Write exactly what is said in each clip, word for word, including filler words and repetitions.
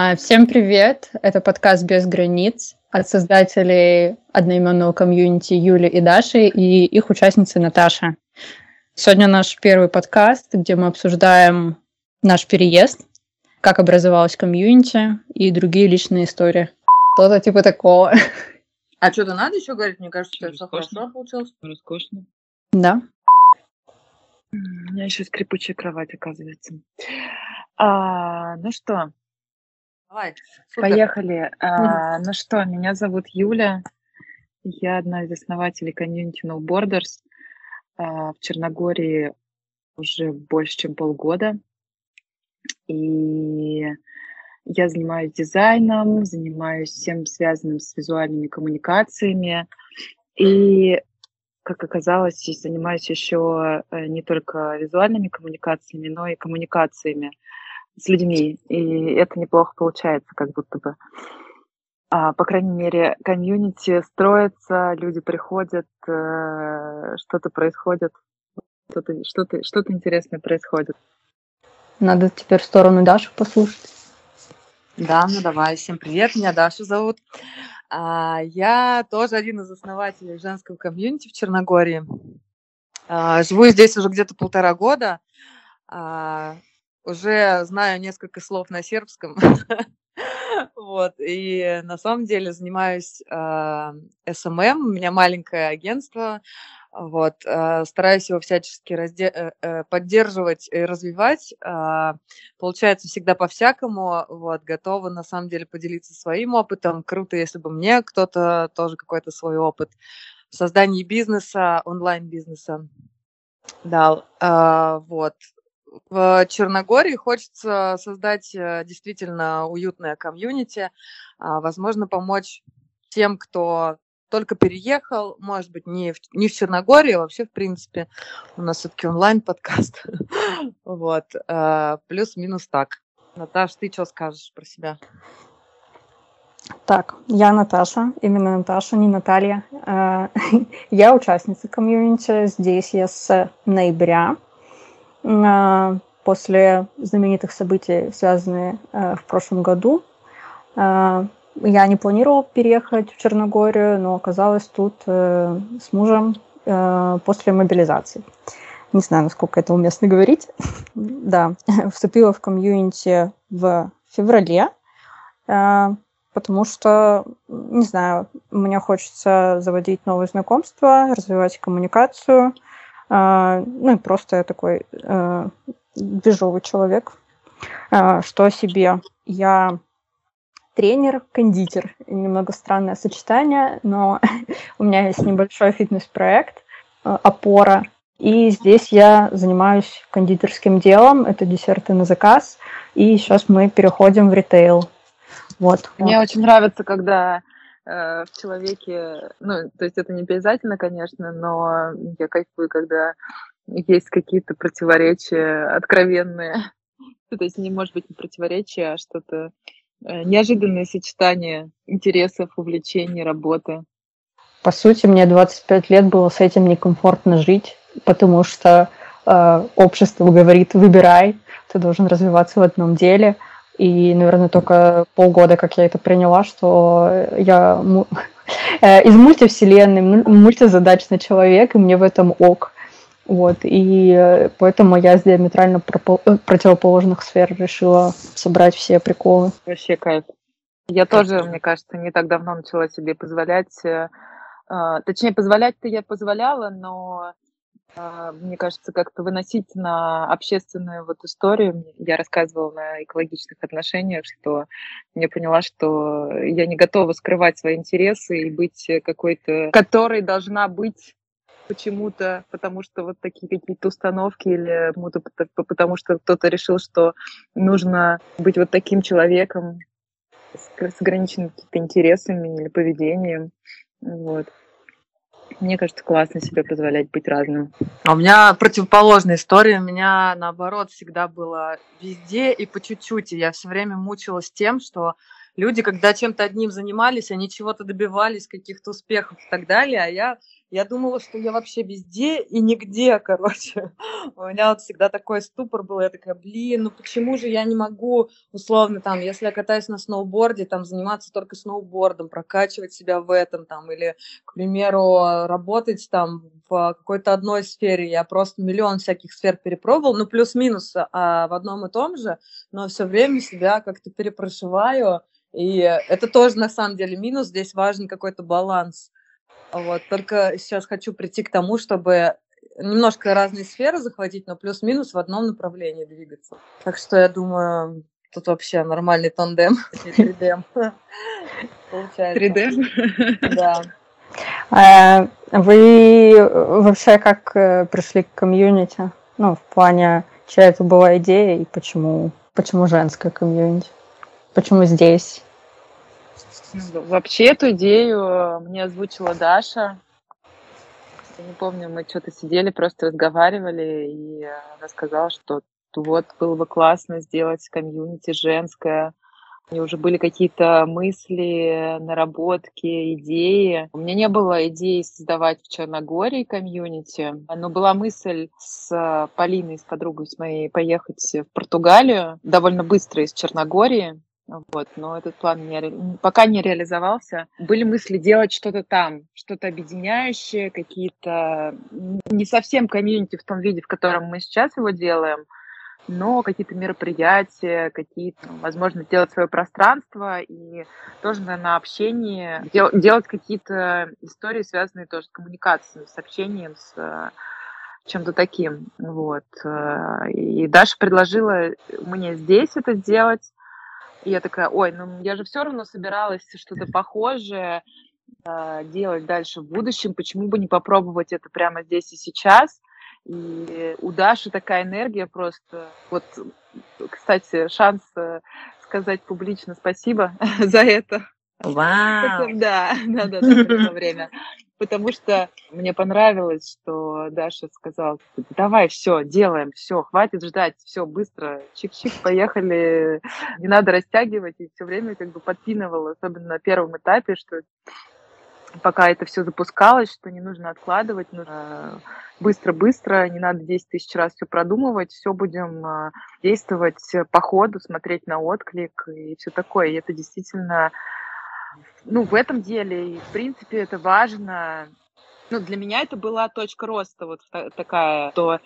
А, Всем привет! Это подкаст «Без границ» от создателей одноименного комьюнити Юли и Даши и их участницы Наташа. Сегодня наш первый подкаст, где мы обсуждаем наш переезд, как образовалась комьюнити и другие личные истории. Что-то типа такого. А что-то надо еще говорить? Мне кажется, что все хорошо получилось. Роскошно. Да. У меня еще скрипучая кровать, оказывается. А, ну что, Давай, супер. поехали. А, ну что, меня зовут Юля. Я одна из основателей комьюнити No Borders. А, в Черногории уже больше, чем полгода. И я занимаюсь дизайном, занимаюсь всем связанным с визуальными коммуникациями. И, как оказалось, занимаюсь еще не только визуальными коммуникациями, но и коммуникациями с людьми. И это неплохо получается, как будто бы. А, по крайней мере, комьюнити строится, люди приходят, э, что-то происходит, что-то, что-то, что-то интересное происходит. Надо теперь в сторону Даши послушать. Да, ну давай. Всем привет, меня Даша зовут. А, я тоже один из основателей женского комьюнити в Черногории. А, живу здесь уже где-то полтора года. А, уже знаю несколько слов на сербском. Вот, и на самом деле занимаюсь э, эс эм эм, у меня маленькое агентство, вот, э, стараюсь его всячески разде- э, э, поддерживать и развивать, э, получается всегда по-всякому, вот, готова на самом деле поделиться своим опытом, круто, если бы мне кто-то тоже какой-то свой опыт в создании бизнеса, онлайн-бизнеса дал, э, вот. В Черногории хочется создать действительно уютное комьюнити, возможно, помочь тем, кто только переехал, может быть, не в, не в Черногории, а вообще, в принципе, у нас все-таки онлайн-подкаст, вот, плюс-минус так. Наташ, ты что скажешь про себя? Так, я Наташа, именно Наташа, не Наталья. Я участница комьюнити, здесь я с ноября. После знаменитых событий, связанных в прошлом году. Я не планировала переехать в Черногорию, но оказалась тут с мужем после мобилизации. Не знаю, насколько это уместно говорить. Да, вступила в комьюнити в феврале, потому что, не знаю, мне хочется заводить новые знакомства, развивать коммуникацию. Ну и просто я такой э, движовый человек. Э, что о себе? Я тренер-кондитер. Немного странное сочетание, но у меня есть небольшой фитнес-проект э, «Опора». И здесь я занимаюсь кондитерским делом. Это десерты на заказ. И сейчас мы переходим в ритейл. Вот. Мне вот. очень нравится, когда в человеке, ну, то есть это не обязательно, конечно, но я кайфую, когда есть какие-то противоречия откровенные. То есть не может быть не противоречия, а что-то неожиданное сочетание интересов, увлечений, работы. По сути, мне двадцать пять лет было с этим некомфортно жить, потому что э, общество говорит: выбирай, ты должен развиваться в одном деле. И, наверное, только полгода, как я это приняла, что я из мультивселенной, мультизадачный человек, и мне в этом ок. Вот. И поэтому я с диаметрально противоположных сфер решила собрать все приколы. Вообще кайф. Я тоже, мне кажется, не так давно начала себе позволять. Точнее, позволять-то я позволяла, но мне кажется, как-то выносить на общественную вот историю. Я рассказывала на экологичных отношениях, что я поняла, что я не готова скрывать свои интересы и быть какой-то, которой должна быть почему-то, потому что вот такие какие-то установки или потому что кто-то решил, что нужно быть вот таким человеком с ограниченными какими-то интересами или поведением. Вот. Мне кажется, классно себе позволять быть разным. А у меня противоположная история. У меня, наоборот, всегда было везде и по чуть-чуть. И я все время мучилась тем, что люди, когда чем-то одним занимались, они чего-то добивались, каких-то успехов и так далее, а я, Я думала, что я вообще везде и нигде, короче. У меня вот всегда такой ступор был. Я такая, блин, ну почему же я не могу, условно, там, если я катаюсь на сноуборде, там, заниматься только сноубордом, прокачивать себя в этом, там, или, к примеру, работать там в какой-то одной сфере. Я просто миллион всяких сфер перепробовал, ну, плюс-минус а, в одном и том же, но все время себя как-то перепрошиваю. И это тоже, на самом деле, минус. Здесь важен какой-то баланс. Вот. Только сейчас хочу прийти к тому, чтобы немножко разные сферы захватить, но плюс-минус в одном направлении двигаться. Так что я думаю, тут вообще нормальный тандем. три дэ. Получается. три дэ? Да. А вы вообще как пришли к комьюнити? Ну, в плане, чья это была идея и почему, почему женская комьюнити? Почему здесь? Вообще эту идею мне озвучила Даша. Я не помню, мы что-то сидели, просто разговаривали, и она сказала, что вот было бы классно сделать комьюнити женское. У нее уже были какие-то мысли, наработки, идеи. У меня не было идеи создавать в Черногории комьюнити, но была мысль с Полиной, с подругой с моей, поехать в Португалию довольно быстро из Черногории. Вот, но этот план не, пока не реализовался. Были мысли делать что-то там, что-то объединяющее, какие-то не совсем комьюнити в том виде, в котором мы сейчас его делаем, но какие-то мероприятия, какие-то, возможно, делать свое пространство и тоже на общении, дел, делать какие-то истории, связанные тоже с коммуникацией, с общением, с чем-то таким. Вот. И Даша предложила мне здесь это сделать. И я такая, ой, ну я же все равно собиралась что-то похожее э, делать дальше в будущем, почему бы не попробовать это прямо здесь и сейчас. И у Даши такая энергия просто. Вот, кстати, шанс э, сказать публично спасибо за это. Вау! Да, да, да, пришло время. Потому что мне понравилось, что Даша сказала, давай, все, делаем, все, хватит ждать, все, быстро, чик-чик, поехали, не надо растягивать, и все время как бы подпинывала, особенно на первом этапе, что пока это все запускалось, что не нужно откладывать, нужно быстро-быстро, не надо десять тысяч раз все продумывать, все будем действовать по ходу, смотреть на отклик и все такое, и это действительно... Ну, в этом деле, и, в принципе, это важно. Ну, для меня это была точка роста вот такая, что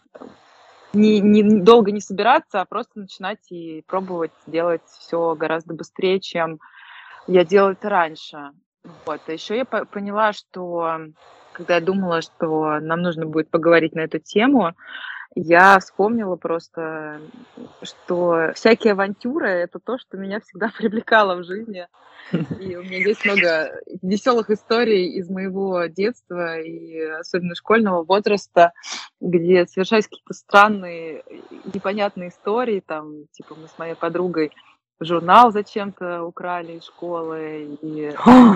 не, не, долго не собираться, а просто начинать и пробовать делать все гораздо быстрее, чем я делала это раньше. Вот. А еще я поняла, что когда я думала, что нам нужно будет поговорить на эту тему, я вспомнила просто, что всякие авантюры – это то, что меня всегда привлекало в жизни. И у меня есть много веселых историй из моего детства и особенно школьного возраста, где совершались какие-то странные, непонятные истории. Там, типа, мы с моей подругой журнал зачем-то украли из школы. И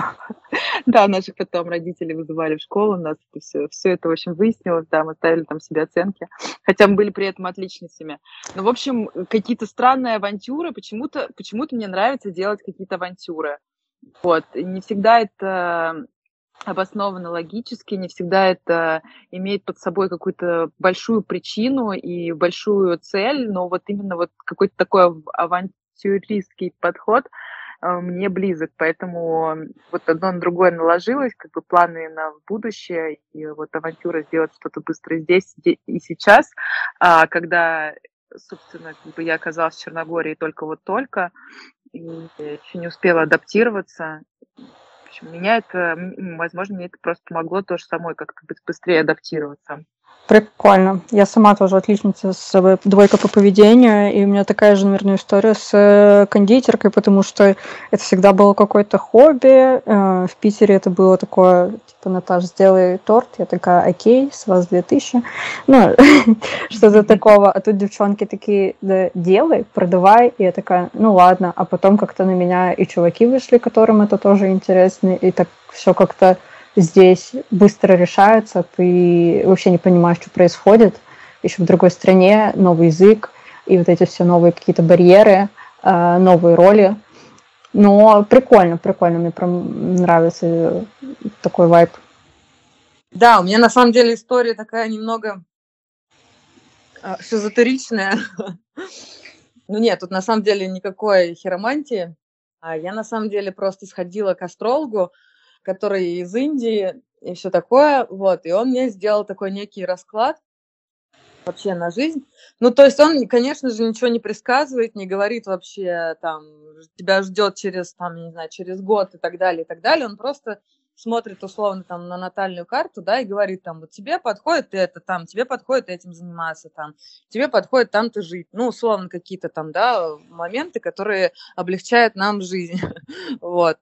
да, наших потом родители вызывали в школу, у нас это все, все это, в общем, выяснилось, да, мы ставили там себе оценки, хотя мы были при этом отличницами. Но, в общем, какие-то странные авантюры, почему-то, почему-то мне нравится делать какие-то авантюры. Вот, и не всегда это обосновано логически, не всегда это имеет под собой какую-то большую причину и большую цель, но вот именно вот какой-то такой авантюристский подход мне близок, поэтому вот одно на другое наложилось, как бы планы на будущее, и вот авантюра сделать что-то быстро здесь и сейчас, а когда, собственно, как бы я оказалась в Черногории только вот только, и еще не успела адаптироваться. В общем, меня это, возможно, мне это просто помогло тоже самой как-то быстрее адаптироваться. Прикольно. Я сама тоже отличница с двойкой по поведению, и у меня такая же, наверное, история с кондитеркой, потому что это всегда было какое-то хобби. В Питере это было такое, типа, Наташ, сделай торт. Я такая, окей, с вас две тысячи. Ну, что-то такого. А тут девчонки такие, да, делай, продавай. И я такая, ну ладно. А потом как-то на меня и чуваки вышли, которым это тоже интересно, и так все как-то здесь быстро решаются, ты вообще не понимаешь, что происходит, еще в другой стране, новый язык, и вот эти все новые какие-то барьеры, новые роли. Но прикольно, прикольно, мне прям нравится такой вайб. Да, у меня на самом деле история такая немного а, шизотеричная. Ну нет, тут на самом деле никакой хиромантии. А я на самом деле просто сходила к астрологу, который из Индии и все такое, вот, и он мне сделал такой некий расклад вообще на жизнь. Ну, то есть он, конечно же, ничего не предсказывает, не говорит вообще, там, тебя ждет через, там, не знаю, через год и так далее, и так далее. Он просто смотрит условно там на натальную карту, да, и говорит там, вот тебе подходит это, там, тебе подходит этим заниматься, там, тебе подходит там-то жить. Ну, условно какие-то там, да, моменты, которые облегчают нам жизнь. Вот.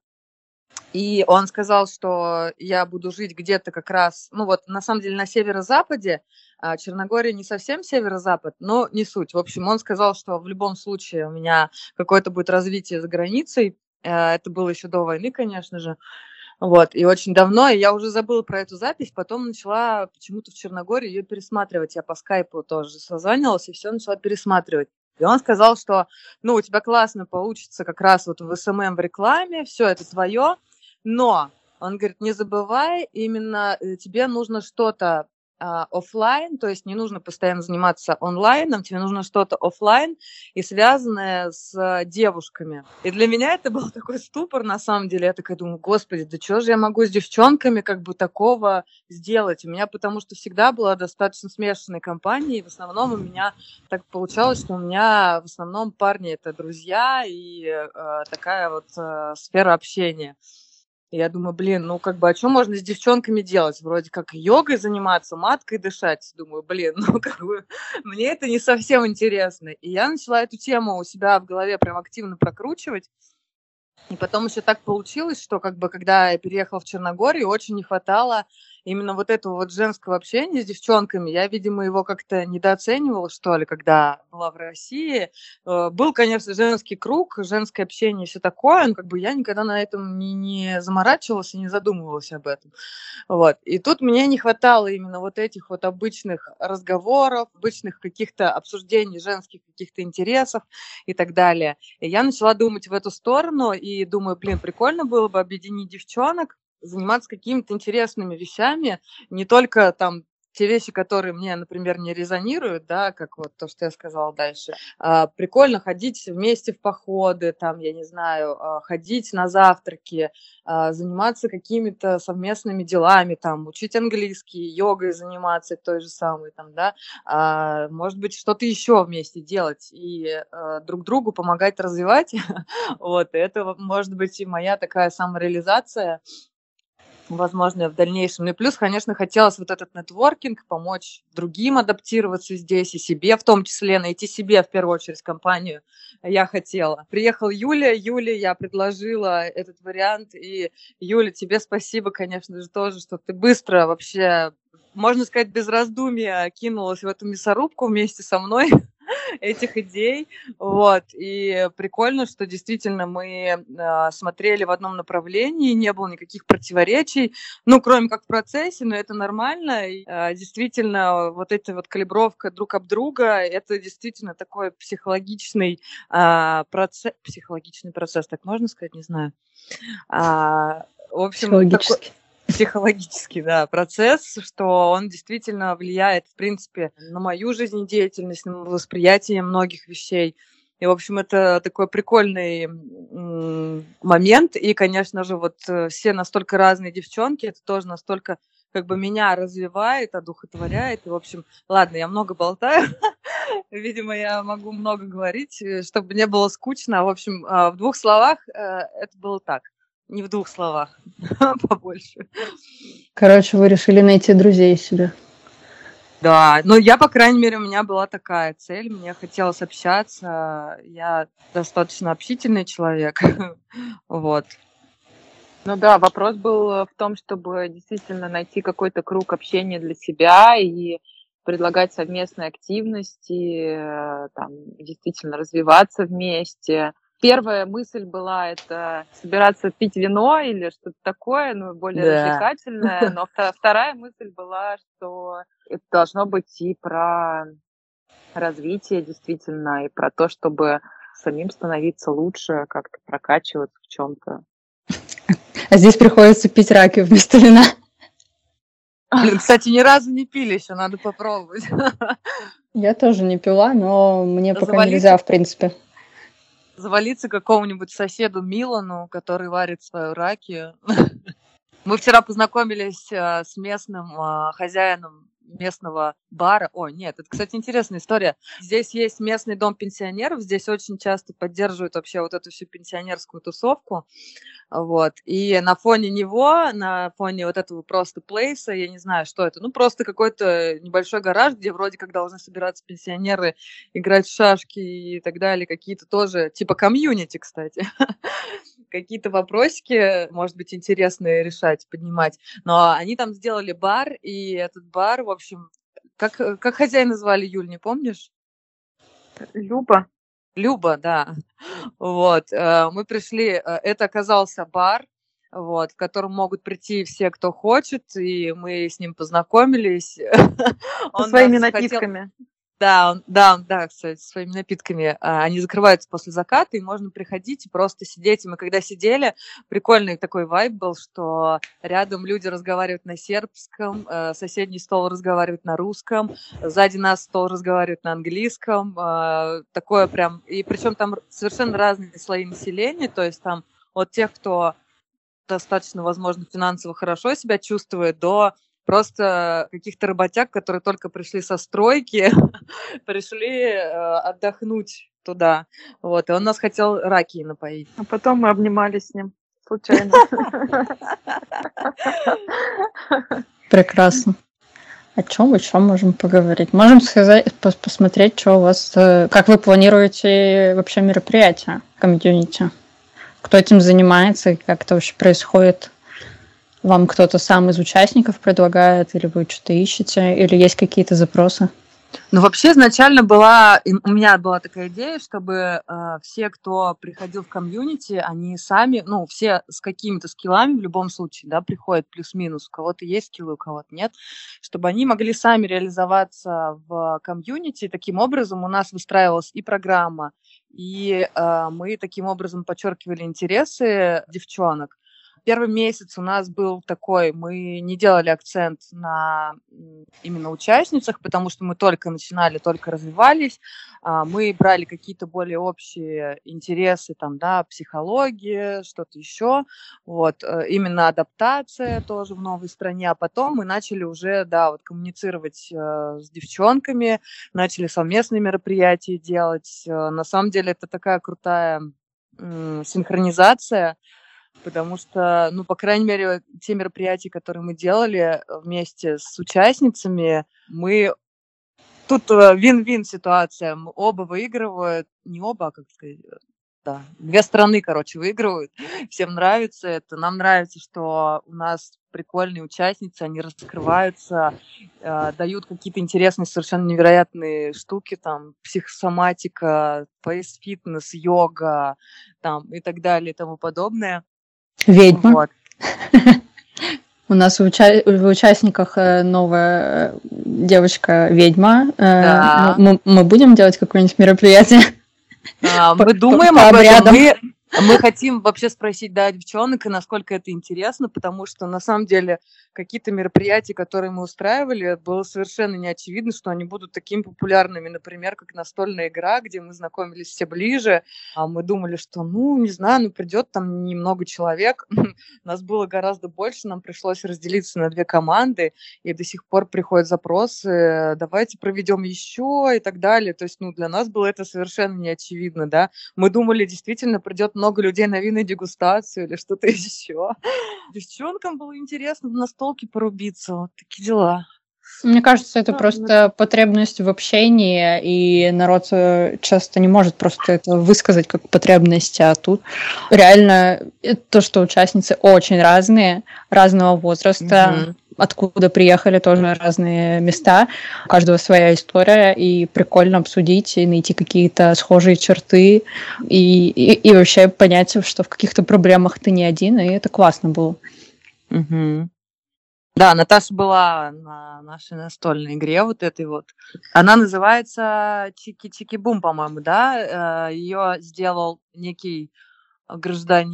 И он сказал, что я буду жить где-то как раз, ну вот на самом деле на северо-западе, а Черногория не совсем северо-запад, но не суть. В общем, он сказал, что в любом случае у меня какое-то будет развитие за границей. Э, Это было еще до войны, конечно же. Вот, и очень давно, и я уже забыла про эту запись, потом начала почему-то в Черногории ее пересматривать. Я по скайпу тоже созванивалась и все начала пересматривать. И он сказал, что, ну, у тебя классно получится как раз вот в эс эм эм в рекламе, все это твое, но, он говорит, не забывай, именно э, тебе нужно что-то а, оффлайн, то есть не нужно постоянно заниматься онлайном, тебе нужно что-то оффлайн и связанное с а, девушками. И для меня это был такой ступор, на самом деле. Я такая думаю, господи, да что же я могу с девчонками как бы такого сделать? У меня потому что всегда была достаточно смешанной компания, и в основном у меня так получалось, что у меня в основном парни это друзья и э, такая вот э, сфера общения. И я думаю, блин, ну как бы, а что можно с девчонками делать? Вроде как йогой заниматься, маткой дышать. Думаю, блин, ну как бы, мне это не совсем интересно. И я начала эту тему у себя в голове прям активно прокручивать. И потом еще так получилось, что как бы когда я переехала в Черногорию, очень не хватало именно вот этого вот женского общения с девчонками. Я, видимо, его как-то недооценивала, что ли, когда была в России. Э, Был, конечно, женский круг, женское общение и все такое, но как бы я никогда на этом не, не заморачивалась и не задумывалась об этом. Вот. И тут мне не хватало именно вот этих вот обычных разговоров, обычных каких-то обсуждений женских каких-то интересов и так далее. И я начала думать в эту сторону и думаю, блин, прикольно было бы объединить девчонок, заниматься какими-то интересными вещами, не только там те вещи, которые мне, например, не резонируют, да, как вот то, что я сказала дальше. А, прикольно ходить вместе в походы, там, я не знаю, а, ходить на завтраки, а, заниматься какими-то совместными делами, там, учить английский, йогой заниматься той же самой, там, да, а, может быть, что-то еще вместе делать и а, друг другу помогать развивать. Вот, и это может быть и моя такая самореализация, возможно, в дальнейшем. Ну и плюс, конечно, хотелось вот этот нетворкинг, помочь другим адаптироваться здесь и себе, в том числе найти себе, в первую очередь, компанию я хотела. Приехала Юля, Юле я предложила этот вариант, и, Юля, тебе спасибо, конечно же, тоже, что ты быстро вообще, можно сказать, без раздумья кинулась в эту мясорубку вместе со мной этих идей, вот, и прикольно, что действительно мы э, смотрели в одном направлении, не было никаких противоречий, ну, кроме как в процессе, но это нормально, и, э, действительно, вот эта вот калибровка друг об друга, это действительно такой психологичный э, процесс, психологичный процесс, так можно сказать, не знаю, а, в общем, Психологически. такой психологический, да, процесс, что он действительно влияет, в принципе, на мою жизнедеятельность, на восприятие многих вещей. И, в общем, это такой прикольный м, момент. И, конечно же, вот э, все настолько разные девчонки, это тоже настолько как бы меня развивает, одухотворяет. И, в общем, ладно, я много болтаю. Видимо, я могу много говорить, э, чтобы не было скучно. В общем, э, в двух словах э, это было так. Не в двух словах, побольше. Короче, вы решили найти друзей себе. Да, но я, по крайней мере, у меня была такая цель. Мне хотелось общаться. Я достаточно общительный человек. Вот. Ну да, вопрос был в том, чтобы действительно найти какой-то круг общения для себя и предлагать совместные активности, э, там, действительно развиваться вместе. Первая мысль была это собираться пить вино или что-то такое, ну, более Да. развлекательное. Но вто- вторая мысль была, что это должно быть и про развитие действительно, и про то, чтобы самим становиться лучше, как-то прокачиваться в чем-то. А здесь приходится пить раки вместо вина. Блин, кстати, ни разу не пили еще, надо попробовать. Я тоже не пила, но мне пока Завалиться- нельзя, в принципе. Завалиться какому-нибудь соседу Милану, который варит свою раки. Мы вчера познакомились а, с местным а, хозяином местного бара. О, нет, это, кстати, интересная история. Здесь есть местный дом пенсионеров, здесь очень часто поддерживают вообще вот эту всю пенсионерскую тусовку. Вот. И на фоне него, на фоне вот этого просто плейса, я не знаю, что это, ну, просто какой-то небольшой гараж, где вроде как должны собираться пенсионеры, играть в шашки и так далее, какие-то тоже, типа комьюнити, кстати. Какие-то вопросики, может быть, интересные решать, поднимать. Но они там сделали бар, и этот бар, в общем, как, как хозяина звали, Юль, не помнишь? Люба. Люба, да. Вот, э, мы пришли, э, это оказался бар, вот, в котором могут прийти все, кто хочет, и мы с ним познакомились. Со Он своими нас хотел- напитками. Да, он- да, он- да, кстати, со своими напитками. А, Они закрываются после заката, и можно приходить и просто сидеть. И мы когда сидели, прикольный такой вайб был, что рядом люди разговаривают на сербском, э, соседний стол разговаривает на русском, сзади нас стол разговаривает на английском. э, Такое прям... И причем там совершенно разные слои населения, то есть там от тех, кто достаточно, возможно, финансово хорошо себя чувствует, до просто каких-то работяг, которые только пришли со стройки, пришли э, отдохнуть туда. Вот, и он нас хотел раки напоить. А потом мы обнимались с ним случайно. Прекрасно. О чем еще можем поговорить? Можем сказать, пос- посмотреть, что у вас, э, как вы планируете вообще мероприятия комьюнити? Кто этим занимается и как это вообще происходит? Вам кто-то сам из участников предлагает, или вы что-то ищете, или есть какие-то запросы? Ну, вообще, изначально была, и у меня была такая идея, чтобы э, все, кто приходил в комьюнити, они сами, ну, все с какими-то скиллами в любом случае, да, приходят плюс-минус, у кого-то есть скиллы, у кого-то нет, чтобы они могли сами реализоваться в комьюнити. Таким образом у нас выстраивалась и программа, и э, мы таким образом подчеркивали интересы девчонок. Первый месяц у нас был такой, мы не делали акцент на м, именно участницах, потому что мы только начинали, только развивались. А, Мы брали какие-то более общие интересы, там, да, психология, что-то еще. Вот, э, именно адаптация тоже в новой стране. А потом мы начали уже, да, вот коммуницировать э, с девчонками, начали совместные мероприятия делать. Э, На самом деле это такая крутая м, синхронизация, потому что, ну, по крайней мере, те мероприятия, которые мы делали вместе с участницами, мы... Тут э, вин-вин ситуация, м, оба выигрывают, не оба, а как сказать, э, да, две стороны, короче, выигрывают, всем нравится это, нам нравится, что у нас прикольные участницы, они раскрываются, э, дают какие-то интересные, совершенно невероятные штуки, там, психосоматика, фейс-фитнес, йога, там, и так далее, и тому подобное. Ведьма. Вот. У нас в, уча- в участниках э, новая э, девочка-ведьма. Э, Да. Мы, мы будем делать какое-нибудь мероприятие? А, По- Мы по- думаем по об этом. обрядам. Мы, мы хотим вообще спросить, да, девчонок, и насколько это интересно, потому что на самом деле какие-то мероприятия, которые мы устраивали, было совершенно не очевидно, что они будут такими популярными, например, как настольная игра, где мы знакомились все ближе, а мы думали, что, ну, не знаю, ну, придет там немного человек, нас было гораздо больше, нам пришлось разделиться на две команды, и до сих пор приходят запросы, давайте проведем еще и так далее, то есть, ну, для нас было это совершенно не очевидно, да, мы думали, действительно придет много людей на винодегустацию или что-то еще. Девчонкам было интересно на столке порубиться, вот такие дела. Мне кажется, это Ну, просто потребность в общении, и народ э, часто не может просто это высказать как потребность, а тут реально э, то, что участницы очень разные, разного возраста, Мгм. откуда приехали, тоже разные места, у каждого своя история, и прикольно обсудить и найти какие-то схожие черты, и, и, и вообще понять, что в каких-то проблемах ты не один, и это классно было. Мгм. Да, Наташа была на нашей настольной игре вот этой вот. Она называется Чики-Чики-Бум, по-моему, да? Ее сделал некий гражданин,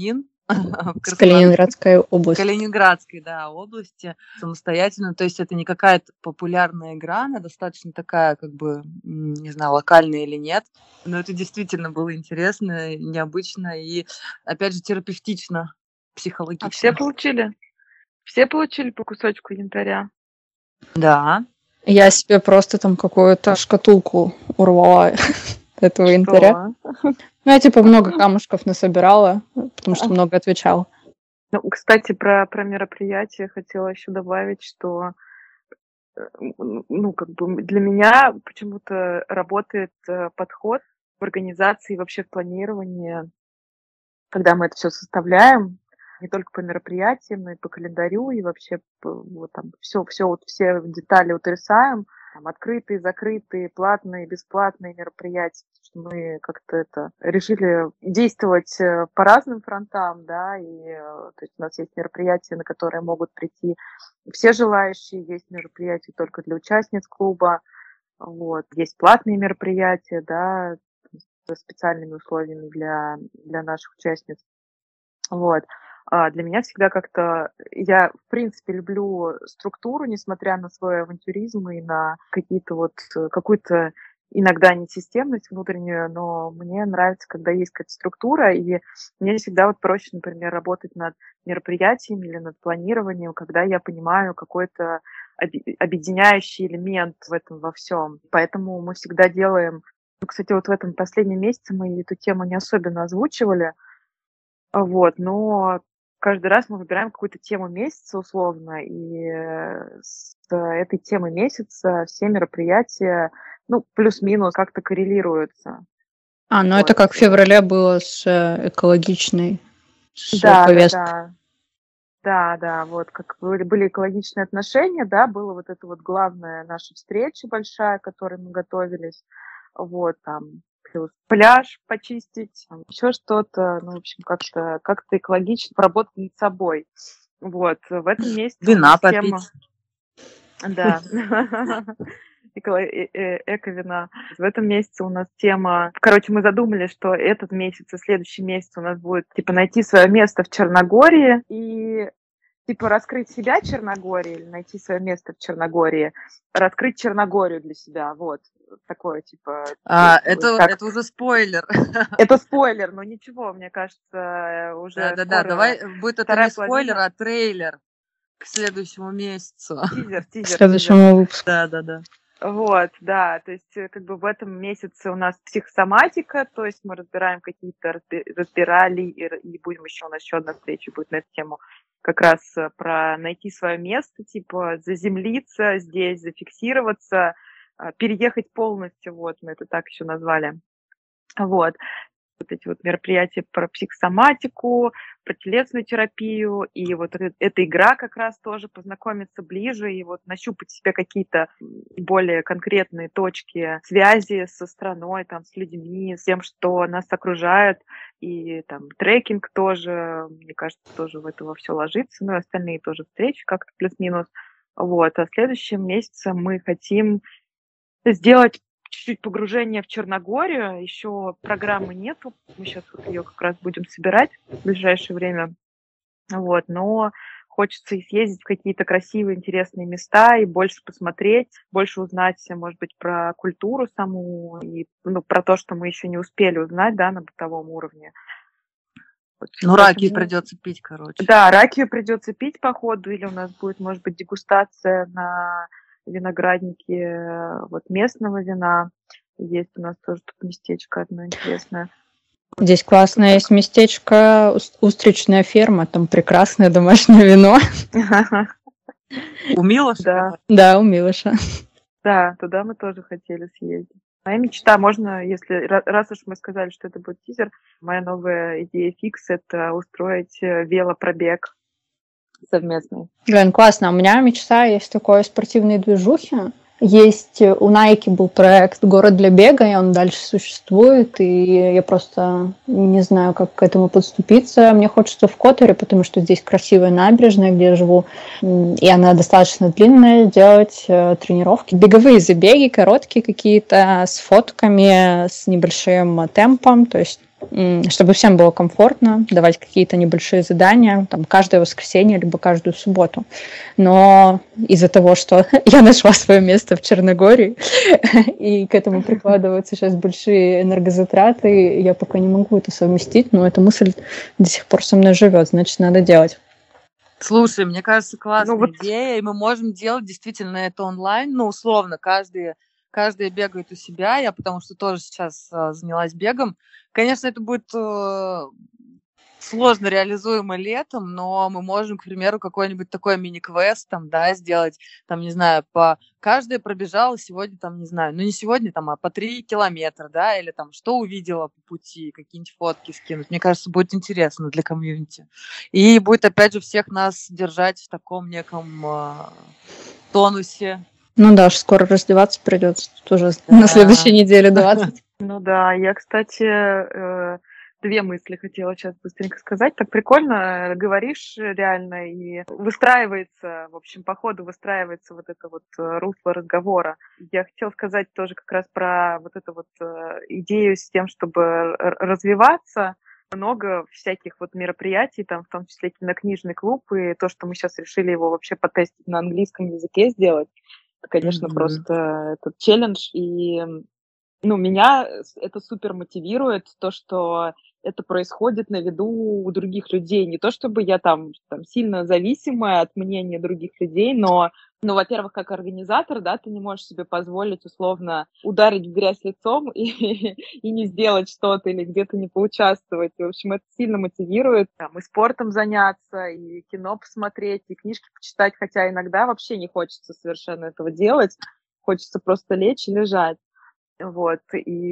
в Калининградской области. Калининградской, да, области самостоятельно. То есть это не какая-то популярная игра, она достаточно такая, как бы, не знаю, локальная или нет. Но это действительно было интересно, необычно и, опять же, терапевтично, психологично. А все получили? Все получили по кусочку янтаря? Да. Я себе просто там какую-то шкатулку урвала этого янтаря. Ну, я типа много камушков насобирала, потому что много отвечала. Ну, кстати, про, про мероприятие хотела еще добавить, что ну, как бы для меня почему-то работает подход в организации, вообще в планировании, когда мы это все составляем, не только по мероприятиям, но и по календарю, и вообще вот там все, все, вот все детали утрясаем, там, открытые, закрытые, платные, бесплатные мероприятия, что мы как-то это решили действовать по разным фронтам, да, и то есть у нас есть мероприятия, на которые могут прийти все желающие, есть мероприятия только для участниц клуба, вот, есть платные мероприятия, да, с специальными условиями для, для наших участниц, вот. А для меня всегда как-то... Я, в принципе, люблю структуру, несмотря на свой авантюризм и на какие-то вот... какую-то иногда несистемность внутреннюю, но мне нравится, когда есть какая-то структура, и мне всегда вот проще, например, работать над мероприятиями или над планированием, когда я понимаю какой-то объединяющий элемент в этом во всем. Поэтому мы всегда делаем... Ну, кстати, вот в этом последнем месяце мы эту тему не особенно озвучивали, вот, но каждый раз мы выбираем какую-то тему месяца условно, и с этой темой месяца все мероприятия, ну, плюс-минус как-то коррелируются. А, ну вот. Это как в феврале было с экологичной с да, повесткой. Да, да. Да, да, вот как были, были экологичные отношения, да, была вот эта вот главная наша встреча большая, к которой мы готовились, вот, там, плюс пляж почистить, еще что-то, ну, в общем, как-то как-то экологично поработать над собой. Вот, в этом месяце... Вина попить. Тема... Да, эко-вина. В этом месяце у нас тема... Короче, мы задумали, что этот месяц и следующий месяц у нас будет, типа, найти свое место в Черногории и, типа, раскрыть себя в Черногории или найти свое место в Черногории, раскрыть Черногорию для себя, вот. Такое, типа... А, это, как... это уже спойлер. Это спойлер, но ничего, мне кажется, уже Да-да-да, давай, будет это не спойлер, половина. А трейлер к следующему месяцу. Тизер, тизер. К следующему выпуску. Да-да-да. Вот, да, то есть как бы в этом месяце у нас психосоматика, то есть мы разбираем какие-то, разбирали, и будем еще, у нас еще одна встреча будет на эту тему, как раз про найти свое место, типа заземлиться здесь, зафиксироваться, переехать полностью, вот, мы это так еще назвали, вот. Вот эти вот мероприятия про психосоматику, про телесную терапию, и вот эта игра как раз тоже познакомиться ближе и вот нащупать себе какие-то более конкретные точки связи со страной, там, с людьми, с тем, что нас окружает, и там трекинг тоже, мне кажется, тоже в это во все ложится, ну и остальные тоже встречи как-то плюс-минус, вот, а в следующем месяце мы хотим сделать чуть-чуть погружение в Черногорию, еще программы нету, мы сейчас вот ее как раз будем собирать в ближайшее время, вот, но хочется и съездить в какие-то красивые, интересные места и больше посмотреть, больше узнать, может быть, про культуру саму и, ну, про то, что мы еще не успели узнать, да, на бытовом уровне. Вот, ну, ракию придется пить, короче. Да, ракию придется пить по ходу, или у нас будет, может быть, дегустация на виноградники вот местного вина. Есть у нас тоже тут местечко одно интересное. Здесь классное есть местечко, устричная ферма, там прекрасное домашнее вино. У Милоша? Да. Да, у Милоша. Да, туда мы тоже хотели съездить. Моя мечта, можно, если, раз уж мы сказали, что это будет тизер, моя новая идея фикс — это устроить велопробег совместный. Блин, классно. У меня мечта есть такой спортивной движухи. Есть у Nike был проект «Город для бега», и он дальше существует, и я просто не знаю, как к этому подступиться. Мне хочется в Которе, потому что здесь красивая набережная, где я живу, и она достаточно длинная, делать э, тренировки. Беговые забеги, короткие какие-то, с фотками, с небольшим темпом, то есть чтобы всем было комфортно, давать какие-то небольшие задания, там, каждое воскресенье, либо каждую субботу. Но из-за того, что я нашла свое место в Черногории, и к этому прикладываются сейчас большие энергозатраты, я пока не могу это совместить, но эта мысль до сих пор со мной живет, значит, надо делать. Слушай, мне кажется, классная Ну вот- идея, и мы можем делать действительно это онлайн, ну, условно, каждый, каждый бегает у себя, я потому что тоже сейчас а, занялась бегом. Конечно, это будет э, сложно реализуемо летом, но мы можем, к примеру, какой-нибудь такой мини-квест там, да, сделать, там, не знаю, по... Каждая пробежала сегодня, там, не знаю, ну, не сегодня, там, а по три километра, да, или там, что увидела по пути, какие-нибудь фотки скинуть. Мне кажется, будет интересно для комьюнити. И будет, опять же, всех нас держать в таком неком э, тонусе. Ну да, скоро раздеваться придется, тоже Да. на следующей неделе двадцать. Ну да, я, кстати, э, две мысли хотела сейчас быстренько сказать. Так прикольно э, говоришь э, реально, и выстраивается, в общем, по ходу выстраивается вот это вот э, русло разговора. Я хотела сказать тоже как раз про вот эту вот э, идею с тем, чтобы р- развиваться. Много всяких вот мероприятий, там, в том числе кинокнижный клуб, и то, что мы сейчас решили его вообще потестить на английском языке сделать, это, конечно, Мгм. просто этот челлендж, и ну, меня это супер мотивирует, то, что это происходит на виду у других людей. Не то, чтобы я там, там сильно зависимая от мнения других людей, но, ну, во-первых, как организатор, да, ты не можешь себе позволить условно ударить в грязь лицом и, и не сделать что-то или где-то не поучаствовать. И, в общем, это сильно мотивирует. Там, и спортом заняться, и кино посмотреть, и книжки почитать, хотя иногда вообще не хочется совершенно этого делать. Хочется просто лечь и лежать. Вот,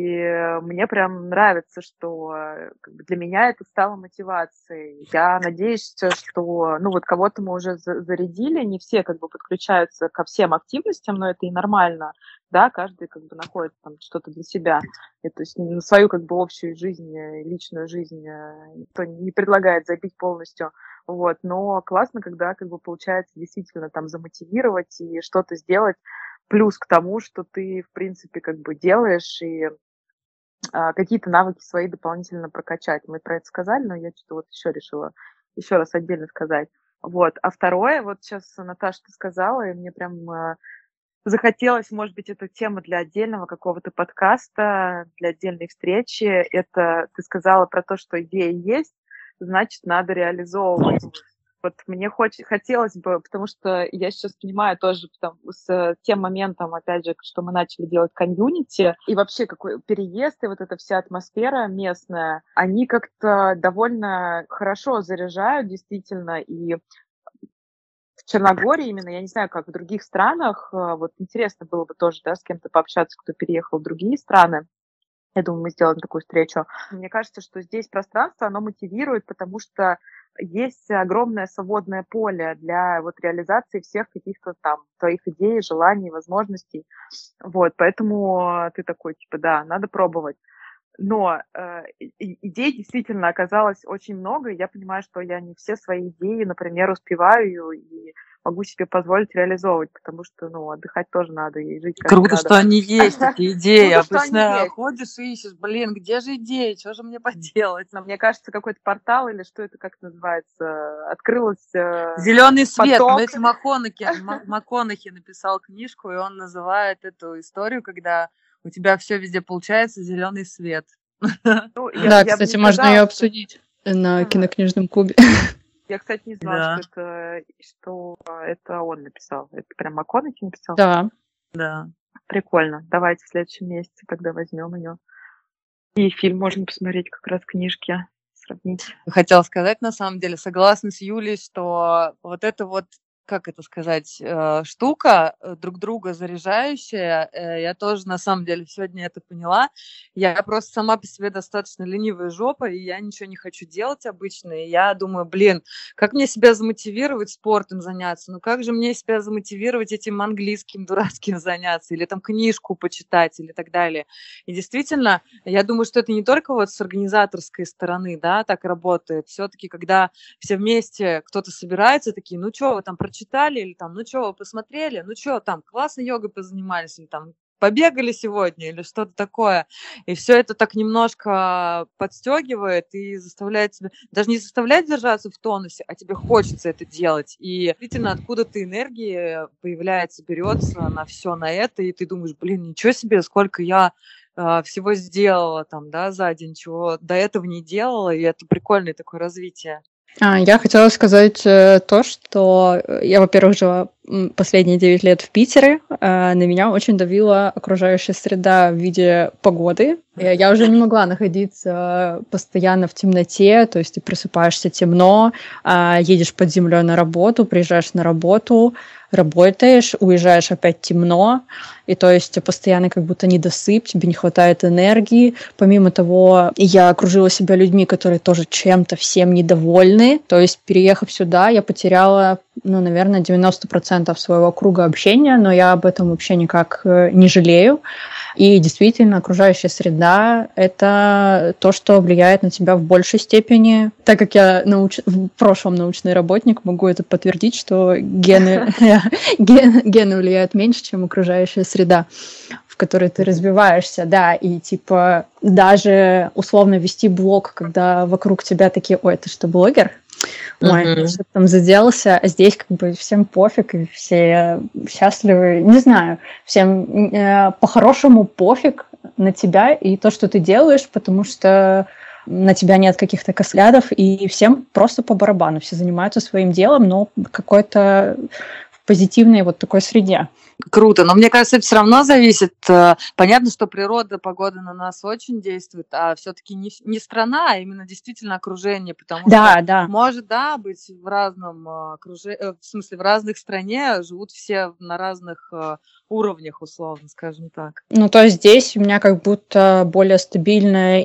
и мне прям нравится, что э, как бы для меня это стало мотивацией. Я надеюсь, что, ну вот кого-то мы уже за- зарядили, не все как бы подключаются ко всем активностям, но это и нормально, да, каждый как бы находит там что-то для себя. И, то есть на свою как бы общую жизнь, э, личную жизнь э, никто не предлагает забить полностью. Вот, но классно, когда как бы получается действительно там замотивировать и что-то сделать, плюс к тому, что ты, в принципе, как бы делаешь и а, какие-то навыки свои дополнительно прокачать. Мы про это сказали, но я что-то вот еще решила еще раз отдельно сказать. Вот. А второе, вот сейчас, Наташа, ты сказала, и мне прям а, захотелось, может быть, эту тему для отдельного какого-то подкаста, для отдельной встречи. Это ты сказала про то, что идея есть, значит, надо реализовывать. Вот мне хоч- хотелось бы, потому что я сейчас понимаю тоже там, с тем моментом, опять же, что мы начали делать комьюнити, и вообще какой переезд, и вот эта вся атмосфера местная, они как-то довольно хорошо заряжают, действительно, и в Черногории именно, я не знаю, как в других странах, а, вот интересно было бы тоже, да, с кем-то пообщаться, кто переехал в другие страны. Я думаю, мы сделаем такую встречу. Мне кажется, что здесь пространство, оно мотивирует, потому что есть огромное свободное поле для вот реализации всех каких-то там твоих идей, желаний, возможностей. Вот, поэтому ты такой, типа, да, надо пробовать. Но э, и- идей действительно оказалось очень много, и я понимаю, что я не все свои идеи, например, успеваю и могу себе позволить реализовывать, потому что, ну, отдыхать тоже надо и жить как бы Круто, надо. что они есть, эти идеи. Круто, что они Обычно есть. ходишь и ищешь, блин, где же идеи, что же мне поделать? Но мне кажется, какой-то портал или что это, как это называется, открылось э, Зеленый свет. поток. Мэтью МакКонахи, Ма- МакКонахи написал книжку, и он называет эту историю, когда у тебя все везде получается, зеленый свет. Ну, я, Да, я бы кстати, не можно сказала, ее что- обсудить на Ага. кинокнижном клубе. Я, кстати, не знала, Да. что это, что это он написал. Это прям МакКонахи написал? Да. Да. Прикольно. Давайте в следующем месяце тогда возьмем ее. И фильм можно посмотреть, как раз книжки сравнить. Хотела сказать, на самом деле, согласна с Юлей, что вот это вот, как это сказать, э, штука э, друг друга заряжающая, э, я тоже на самом деле сегодня это поняла. Я просто сама по себе достаточно ленивая жопа, и я ничего не хочу делать обычно. И я думаю, блин, как мне себя замотивировать спортом заняться? Ну как же мне себя замотивировать этим английским дурацким заняться? Или там книжку почитать, или так далее. И действительно, я думаю, что это не только вот с организаторской стороны, да, так работает. Все-таки, когда все вместе кто-то собирается, такие, ну что, вы там прочитали, или там, ну что, вы посмотрели, ну что, там, классно йогой позанимались, или там, побегали сегодня или что-то такое. И все это так немножко подстегивает и заставляет тебя, даже не заставляет держаться в тонусе, а тебе хочется это делать. И действительно, откуда-то энергия появляется, берется на все на это, и ты думаешь, блин, ничего себе, сколько я э, всего сделала там, да, за день, чего до этого не делала, и это прикольное такое развитие. А, Я хотела сказать э, то, что э, я, во-первых, жила м, последние девять лет в Питере. э, На меня очень давила окружающая среда в виде погоды. Я я уже не могла находиться постоянно в темноте, то есть ты просыпаешься темно, а, едешь под землей на работу, приезжаешь на работу, работаешь, уезжаешь опять темно, и то есть постоянно как будто недосып, тебе не хватает энергии. Помимо того, я окружила себя людьми, которые тоже чем-то всем недовольны. То есть, переехав сюда, я потеряла, ну, наверное, девяносто процентов своего круга общения, но я об этом вообще никак э, не жалею. И действительно, окружающая среда — это то, что влияет на тебя в большей степени. Так как я науч... в прошлом научный работник, могу это подтвердить, что гены, ген- гены влияют меньше, чем окружающая среда, в которой ты развиваешься, да, и типа даже условно вести блог, когда вокруг тебя такие: ой, ты что, блогер? Ой, Мгм. что там заделался, а здесь как бы всем пофиг, и все счастливы. Не знаю, всем э, по-хорошему пофиг на тебя и то, что ты делаешь, потому что на тебя нет каких-то взглядов, и всем просто по барабану. Все занимаются своим делом, но какой-то в позитивной вот такой среде. Круто, но мне кажется, это все равно зависит. э, Понятно, что природа, погода на нас очень действует, а все-таки не, с- не страна, а именно действительно окружение, потому что Да, да. может, да, быть в разном окружении, в смысле, в разных стране живут все на разных э, уровнях, условно, скажем так. Ну, то есть здесь у меня как будто более стабильное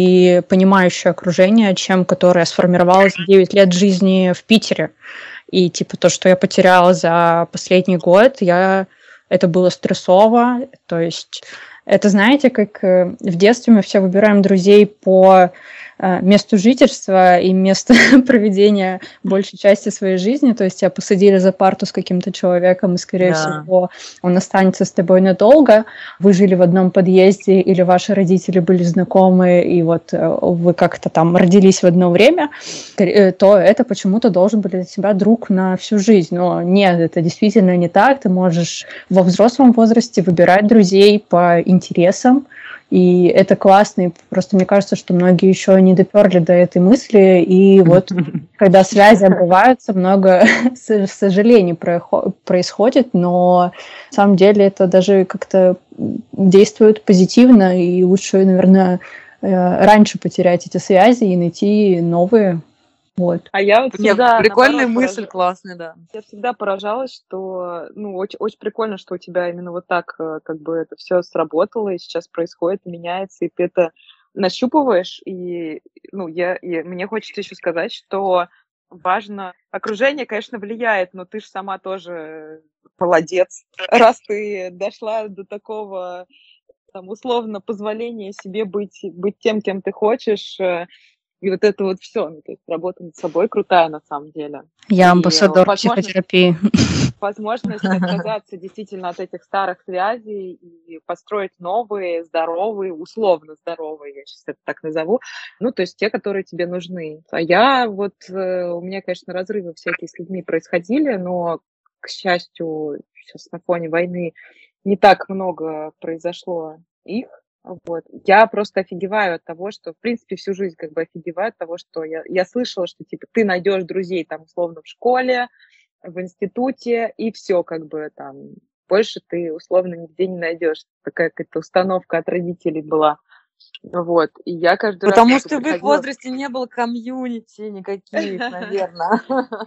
и понимающее окружение, чем которое сформировалось за девять лет жизни в Питере. И типа то, что я потеряла за последний год, я... это было стрессово. То есть это, знаете, как э, в детстве мы все выбираем друзей по э, месту жительства и месту проведения большей части своей жизни. То есть тебя посадили за парту с каким-то человеком, и, скорее Да. всего, он останется с тобой надолго. Вы жили в одном подъезде, или ваши родители были знакомы, и вот э, вы как-то там родились в одно время, э, то это почему-то должен быть для тебя друг на всю жизнь. Но нет, это действительно не так. Ты можешь во взрослом возрасте выбирать друзей по интересам, и это классно. И просто мне кажется, что многие еще не доперли до этой мысли, и вот когда связи обрываются, много с- сожалений проихо- происходит, но на самом деле это даже как-то действует позитивно, и лучше, наверное, э, раньше потерять эти связи и найти новые. Вот. А я вот Нет, всегда, прикольная наоборот, мысль, поража- классная, да. я всегда поражалась, что, ну, очень, очень прикольно, что у тебя именно вот так, э, как бы это все сработало, и сейчас происходит, и меняется, и ты это нащупываешь, и, ну, я, и мне хочется еще сказать, что важно, окружение, конечно, влияет, но ты же сама тоже молодец, раз ты дошла до такого, там, условно, позволения себе быть, быть тем, кем ты хочешь, э, и вот это вот все, ну, то есть работа над собой крутая на самом деле. Я И э, амбассадор возможность, психотерапии. возможность отказаться действительно от этих старых связей и построить новые, здоровые, условно здоровые, я сейчас это так назову, ну, то есть те, которые тебе нужны. А я вот, э, у меня, конечно, разрывы всякие с людьми происходили, но, к счастью, сейчас на фоне войны не так много произошло их. Вот. Я просто офигеваю от того, что, в принципе, всю жизнь как бы офигеваю от того, что я, я слышала, что, типа, ты найдешь друзей там, условно, в школе, в институте, и все, как бы, там, больше ты, условно, нигде не найдешь. Такая какая-то установка от родителей была. Вот. И я каждый раз Потому как бы что в их приходила... возрасте не было комьюнити никаких, наверное.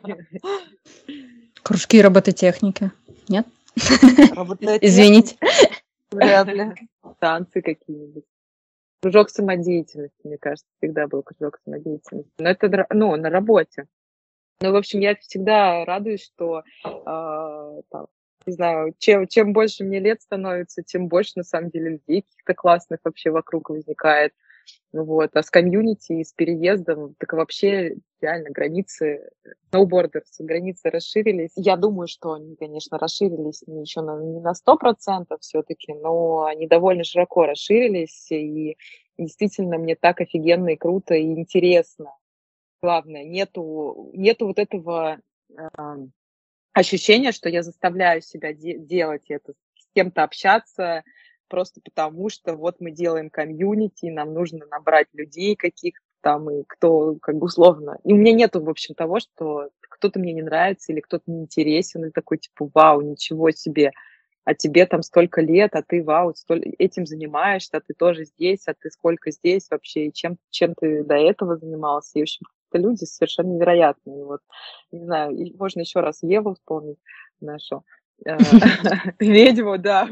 Кружки робототехники. Нет? Робототехника Извините. вряд ли. Танцы какие-нибудь. Кружок самодеятельности, мне кажется, всегда был кружок самодеятельности. Но это, дра- ну, на работе. Ну, в общем, я всегда радуюсь, что, а, там, не знаю, чем, чем больше мне лет становится, тем больше, на самом деле, людей каких-то классных вообще вокруг возникает. Вот. А с комьюнити и с переездом, так вообще реально границы, no borders, границы расширились. Я думаю, что они, конечно, расширились не еще на, не на сто процентов все-таки, но они довольно широко расширились, и действительно мне так офигенно и круто и интересно. Главное, нету, нету вот этого э, ощущения, что я заставляю себя де- делать это, с кем-то общаться, просто потому что вот мы делаем комьюнити, нам нужно набрать людей каких-то там, и кто, как бы условно. И у меня нету, в общем, того, что кто-то мне не нравится или кто-то не интересен, и такой, типа, вау, ничего себе, а тебе там столько лет, а ты, вау, столь... этим занимаешься, а ты тоже здесь, а ты сколько здесь вообще, и чем, чем ты до этого занимался. И, в общем, это люди совершенно невероятные. Вот, не знаю, и можно еще раз Еву вспомнить, нашу ведьму, да.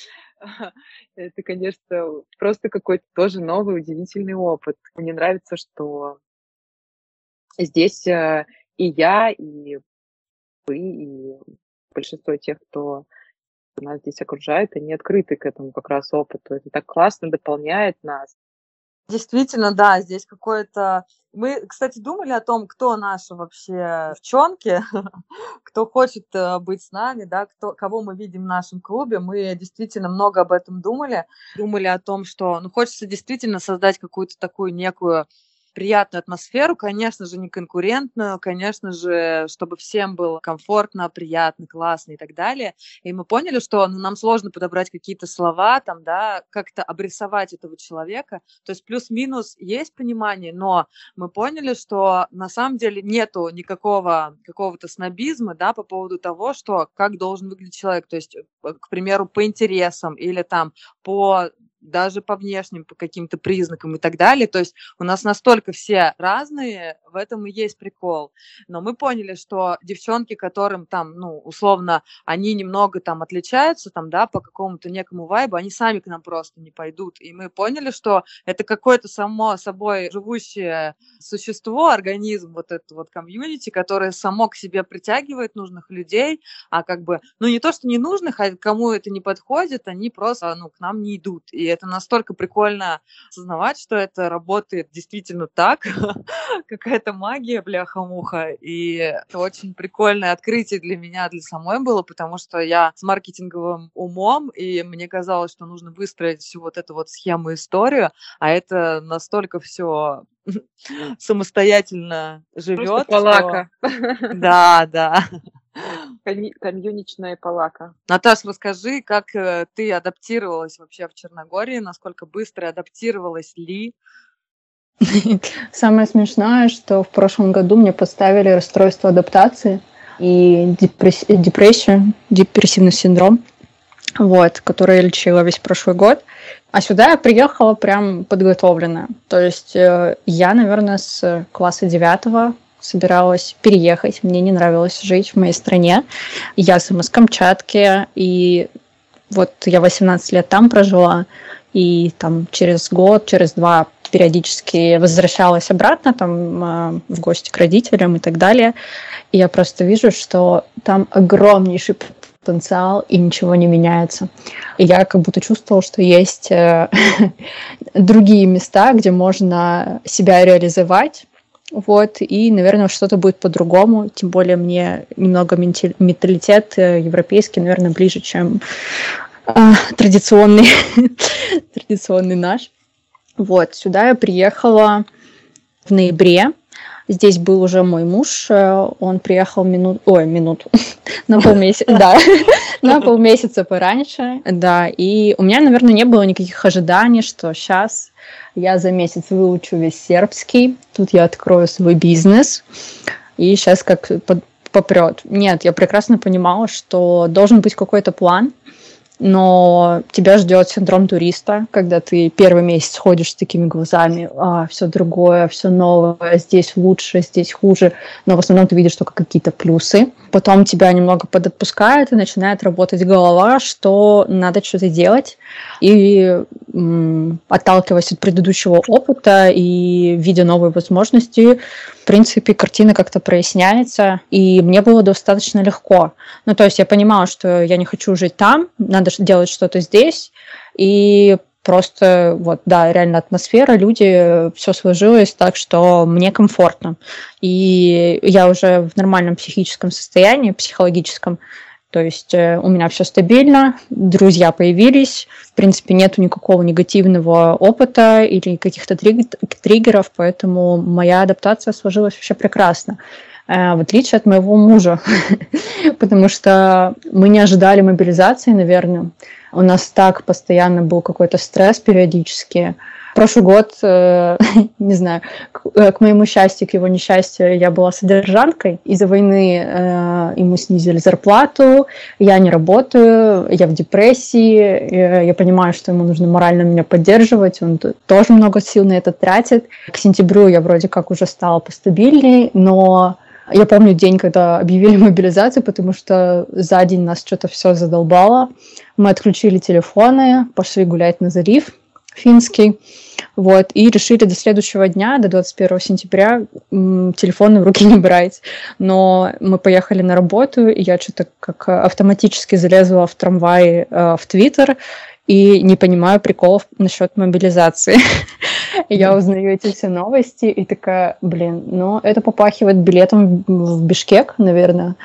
Это, конечно, просто какой-то тоже новый, удивительный опыт. Мне нравится, что здесь и я, и вы, и большинство тех, кто нас здесь окружает, они открыты к этому как раз опыту. Это так классно дополняет нас. Действительно, да, здесь какое-то... Мы, кстати, думали о том, кто наши вообще девчонки, кто хочет быть с нами, да, кто, кого мы видим в нашем клубе. Мы действительно много об этом думали. Думали о том, что ну, хочется действительно создать какую-то такую некую приятную атмосферу, конечно же, не конкурентную, конечно же, чтобы всем было комфортно, приятно, классно и так далее. И мы поняли, что ну, нам сложно подобрать какие-то слова, там, да, как-то обрисовать этого человека. То есть плюс-минус есть понимание, но мы поняли, что на самом деле нету никакого какого-то снобизма, да, по поводу того, что как должен выглядеть человек. То есть, к примеру, по интересам или там по даже по внешним, по каким-то признакам и так далее. То есть у нас настолько все разные, в этом и есть прикол. Но мы поняли, что девчонки, которым там, ну, условно, они немного там отличаются, там, да, по какому-то некому вайбу, они сами к нам просто не пойдут. И мы поняли, что это какое-то само собой живущее существо, организм, вот это вот комьюнити, которое само к себе притягивает нужных людей, а как бы, ну, не то, что не нужных, а кому это не подходит, они просто, ну, к нам не идут. И это настолько прикольно осознавать, что это работает действительно так, какая-то магия, бляха-муха, и это очень прикольное открытие для меня, для самой было, потому что я с маркетинговым умом, и мне казалось, что нужно выстроить всю вот эту вот схему, историю, а это настолько все самостоятельно живет. Просто палака. Что... Да, да. Комьюничная палака. Наташ, расскажи, как ты адаптировалась вообще в Черногории, насколько быстро адаптировалась ли? Самое смешное, что в прошлом году мне поставили расстройство адаптации и депресс... депрессию, депрессивный синдром, вот, который я лечила весь прошлый год. А сюда я приехала прям подготовленная. То есть я, наверное, с класса девятого собиралась переехать. Мне не нравилось жить в моей стране. Я сама с Камчатки, и вот я восемнадцать лет там прожила, и там через год, через два периодически возвращалась обратно там в гости к родителям и так далее. И я просто вижу, что там огромнейший потенциал, и ничего не меняется. И я как будто чувствовала, что есть другие места, где можно себя реализовать. Вот, и, наверное, что-то будет по-другому, тем более мне немного менталитет европейский, наверное, ближе, чем э, традиционный, традиционный наш. Вот, сюда я приехала в ноябре, здесь был уже мой муж, он приехал минут, ой, минуту, на полмесяца, да, на полмесяца пораньше, да, и у меня, наверное, не было никаких ожиданий, что сейчас я за месяц выучу весь сербский, тут я открою свой бизнес, и сейчас как попрет. Нет, я прекрасно понимала, что должен быть какой-то план, но тебя ждет синдром туриста, когда ты первый месяц ходишь с такими глазами, а, все другое, все новое, здесь лучше, здесь хуже, но в основном ты видишь только какие-то плюсы. Потом тебя немного подотпускает и начинает работать голова, что надо что-то делать. И м, отталкиваясь от предыдущего опыта и видя новые возможности, в принципе, картина как-то проясняется, и мне было достаточно легко. Ну, то есть я понимала, что я не хочу жить там, надо делать что-то здесь, и просто вот, да, реально атмосфера, люди, все сложилось так, что мне комфортно. И я уже в нормальном психическом состоянии, психологическом, то есть э, у меня все стабильно, друзья появились, в принципе, нету никакого негативного опыта или каких-то триг- триггеров, поэтому моя адаптация сложилась вообще прекрасно. Э, в отличие от моего мужа, потому что мы не ожидали мобилизации, наверное. У нас так постоянно был какой-то стресс периодически. Прошлый год, э, не знаю, к, к моему счастью, к его несчастью, я была содержанкой. Из-за войны э, ему снизили зарплату, я не работаю, я в депрессии, э, я понимаю, что ему нужно морально меня поддерживать, он тоже много сил на это тратит. К сентябрю я вроде как уже стала постабильней, но я помню день, когда объявили мобилизацию, потому что за день нас что-то все задолбало. Мы отключили телефоны, пошли гулять на залив финский, вот, и решили до следующего дня, до двадцать первого сентября, телефоны в руки не брать. Но мы поехали на работу, и я что-то как автоматически залезла в трамвай э, в Твиттер, и не понимаю приколов насчет мобилизации. Я узнаю эти все новости и такая, блин, ну это попахивает билетом в Бишкек, наверное.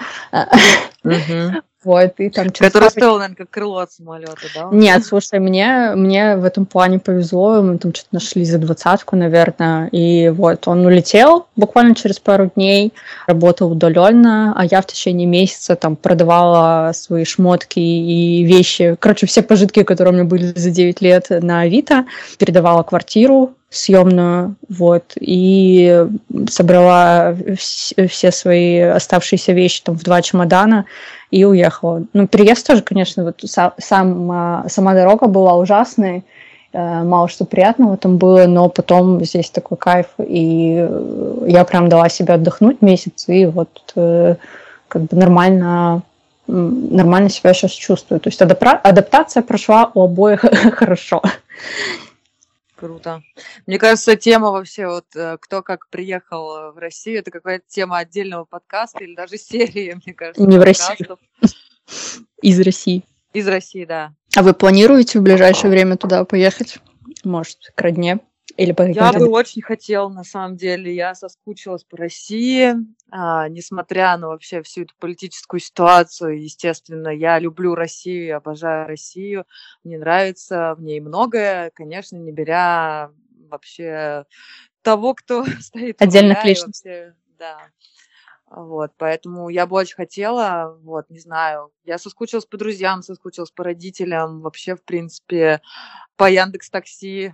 Вот, и там который стоил, наверное, как крыло от самолета, да? Нет, слушай, мне, мне в этом плане повезло, мы там что-то нашли за двадцатку, наверное, и вот он улетел буквально через пару дней, работал удаленно, а я в течение месяца там продавала свои шмотки и вещи, короче, все пожитки, которые у меня были за девять лет на Авито, передавала квартиру съемную, вот, и собрала все свои оставшиеся вещи там в два чемодана и уехала. Ну, переезд тоже, конечно, вот сам, сама дорога была ужасной, мало что приятного там было, но потом здесь такой кайф, и я прям дала себе отдохнуть месяц, и вот как бы нормально, нормально себя сейчас чувствую. То есть адаптация прошла у обоих хорошо. Круто. Мне кажется, тема вообще, вот кто как приехал в Россию, это какая-то тема отдельного подкаста или даже серии, мне кажется. Не подкастов. В Россию. Из России. Из России, да. А вы планируете в ближайшее время туда поехать? Может, к родне? Или по Я бы очень хотела, на самом деле. Я соскучилась по России, а, несмотря на вообще всю эту политическую ситуацию. Естественно, я люблю Россию, обожаю Россию. Мне нравится в ней многое, конечно, не беря вообще того, кто стоит отдельных личностей. Вообще, да. Вот, поэтому я бы очень хотела, вот, не знаю, я соскучилась по друзьям, соскучилась по родителям, вообще, в принципе, по Яндекс.Такси.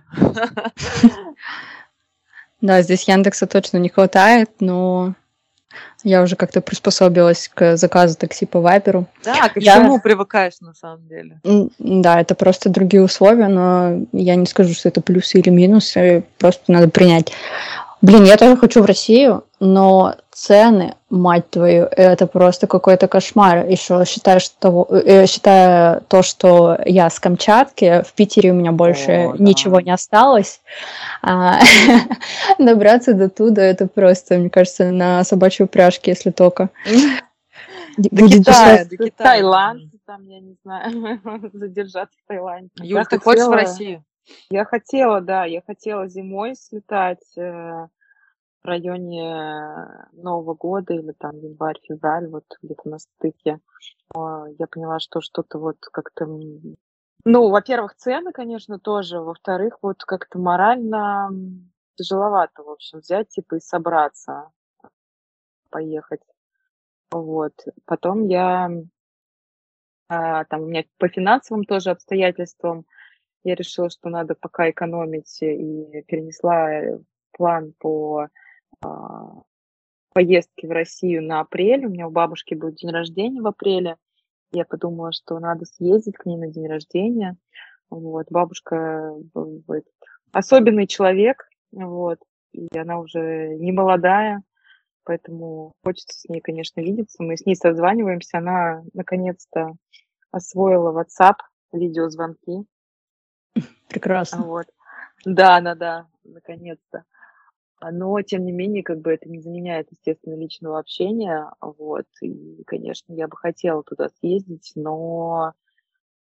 Да, здесь Яндекса точно не хватает, но я уже как-то приспособилась к заказу такси по Вайберу. Да, ко всему привыкаешь на самом деле. Да, это просто другие условия, но я не скажу, что это плюсы или минусы, просто надо принять. Блин, я тоже хочу в Россию, но цены, мать твою, это просто какой-то кошмар. Еще считая, что, э, считая то, что я с Камчатки, в Питере у меня больше О, ничего да. не осталось. А, добраться до туда, это просто, мне кажется, на собачьей упряжке, если только. До Китая, до Китая. Таиланд, там, я не знаю, задержаться в Таиланде. Юль, ты хочешь в Россию? Я хотела, да, я хотела зимой слетать э, в районе Нового года или там январь-февраль, вот где-то на стыке. О, я поняла, что что-то вот как-то... Ну, во-первых, цены, конечно, тоже. Во-вторых, вот как-то морально тяжеловато, в общем, взять типа и собраться, поехать. Вот. Потом я... А, там у меня по финансовым тоже обстоятельствам я решила, что надо пока экономить, и перенесла план по а, поездке в Россию на апрель. У меня у бабушки будет день рождения в апреле. Я подумала, что надо съездить к ней на день рождения. Вот. Бабушка этот, особенный человек, вот, и она уже не молодая, поэтому хочется с ней, конечно, видеться. Мы с ней созваниваемся. Она наконец-то освоила WhatsApp, видеозвонки. Прекрасно. Вот. Да, да, да, наконец-то. Но, тем не менее, как бы это не заменяет, естественно, личного общения. Вот. И, конечно, я бы хотела туда съездить, но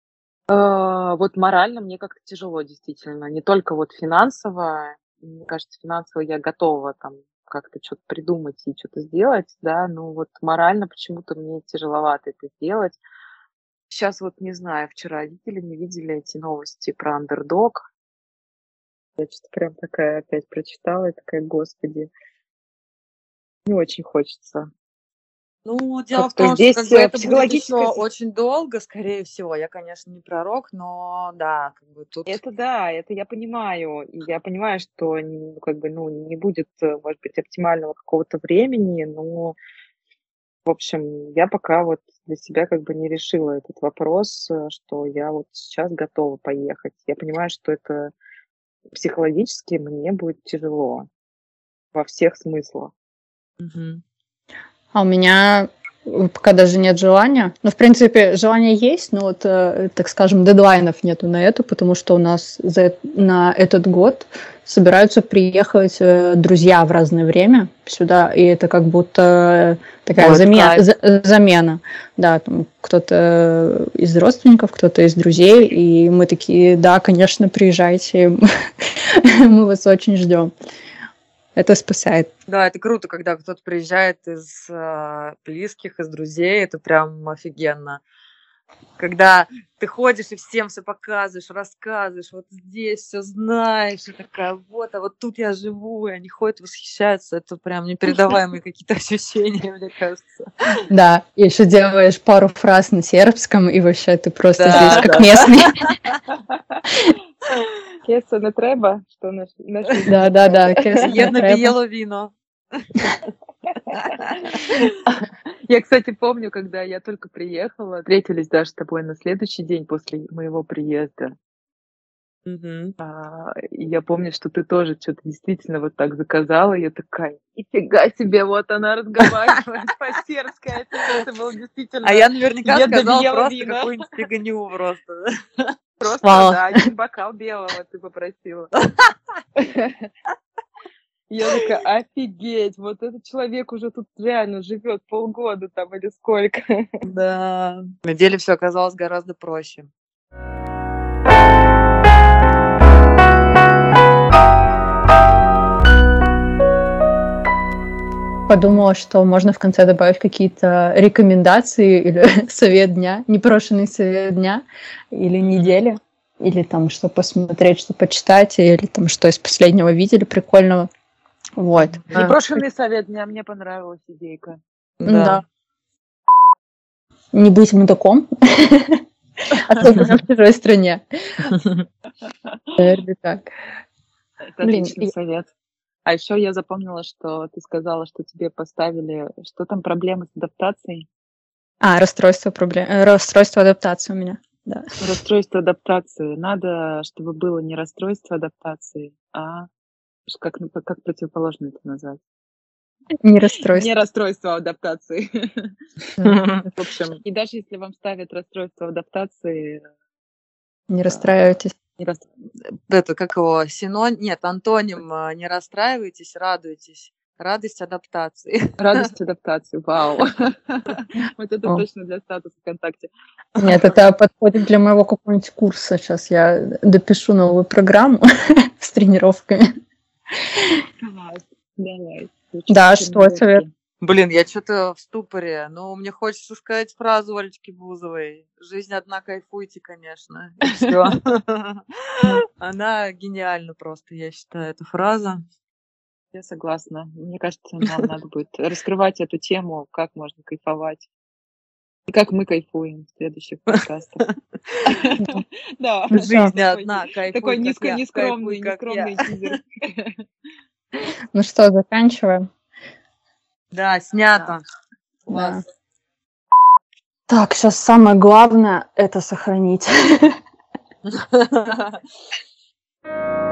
А, вот морально мне как-то тяжело, действительно. Не только вот финансово. Мне кажется, финансово я готова там как-то что-то придумать и что-то сделать, да, но вот морально почему-то мне тяжеловато это сделать. Сейчас вот не знаю, вчера видели, не видели эти новости про андердог. Я что-то прям такая опять прочитала и такая, господи, не очень хочется. Ну, дело в Как-то том, что как здесь бы э, это будет еще психологическое сос- очень долго, скорее всего. Я, конечно, не пророк, но да, как бы тут... Это да, это я понимаю. И я понимаю, что н- ну, как бы, ну, не будет, э, может быть, оптимального какого-то времени, но, в общем, я пока вот для себя как бы не решила этот вопрос, э, что я вот сейчас готова поехать. Я понимаю, что это психологически мне будет тяжело во всех смыслах. Мгм. А у меня э, пока даже нет желания. Ну, в принципе, желание есть, но вот, э, так скажем, дедлайнов нету на это, потому что у нас за, эт- на этот год собираются приехать э, друзья в разное время сюда, и это как будто такая Ой, это замен- кайф. за- э, замена. Да, там кто-то из родственников, кто-то из друзей, и мы такие, да, конечно, приезжайте, мы вас очень ждем. Это спасает. Да, это круто, когда кто-то приезжает из а, близких, из друзей. Это прям офигенно. Когда ты ходишь и всем все показываешь, рассказываешь, вот здесь все знаешь, и такая, вот, а вот тут я живу, и они ходят, восхищаются. Это прям непередаваемые какие-то ощущения, мне кажется. Да, и еще делаешь пару фраз на сербском, и вообще ты просто здесь Да, как да, местный. Кеса не треба, что наш, нашли Да, не да, да, треба. кеса не Jedno треба. пиело вино. Я, кстати, помню, когда я только приехала, встретились даже с тобой на следующий день после моего приезда. Мгм. А, и я помню, что ты тоже что-то действительно вот так заказала. Я такая, нифига себе, вот она разговаривает по-сербски. а Это, это было А действительно я наверняка едно сказала бело просто вино. какую-нибудь фигню просто. Просто, Вау. да, один бокал белого ты попросила. Я такая, офигеть, вот этот человек уже тут реально живет полгода там или сколько. Да. На деле все оказалось гораздо проще. Подумала, что можно в конце добавить какие-то рекомендации или совет дня, непрошенный совет дня или недели, или там что посмотреть, что почитать, или там что из последнего видели прикольного. Вот. А, Непрошенный совет дня, мне понравилась идейка. Да. Да. Не быть мудаком, особенно в чужой стране. Наверное, так. Это Блин, отличный и- совет. А еще я запомнила, что ты сказала, что тебе поставили, что там проблемы с адаптацией. А, расстройство проблем, э, расстройство адаптации у меня. Да. Расстройство адаптации. Надо, чтобы было не расстройство адаптации, а ш- как, ну, как противоположно это назвать? Не расстройство. Не расстройство адаптации. Да. В общем, и даже если вам ставят расстройство адаптации, Не расстраивайтесь. не рас- Это как его синоним? Нет, антоним. а, Не расстраивайтесь, радуйтесь. Радость адаптации. радость адаптации. Вау. Вот это О. точно для статуса ВКонтакте. Нет, это подходит для моего какого-нибудь курса. Сейчас я допишу новую программу с тренировками. Класс. Давай. Да, что совет? Блин, я что-то в ступоре. Ну, мне хочется сказать фразу Олечки Бузовой. Жизнь одна, кайфуйте, конечно. И все. Она гениальна просто, я считаю, эта фраза. Я согласна. Мне кажется, нам надо будет раскрывать эту тему, как можно кайфовать. И как мы кайфуем в следующих подкастах. Да. Жизнь такой- одна, кайфуй, Такой как низко- я, нескромный, кайфуй, как я. нескромный тизер. Ну что, заканчиваем? Да, снято. Да. Класс. Так, сейчас самое главное это сохранить.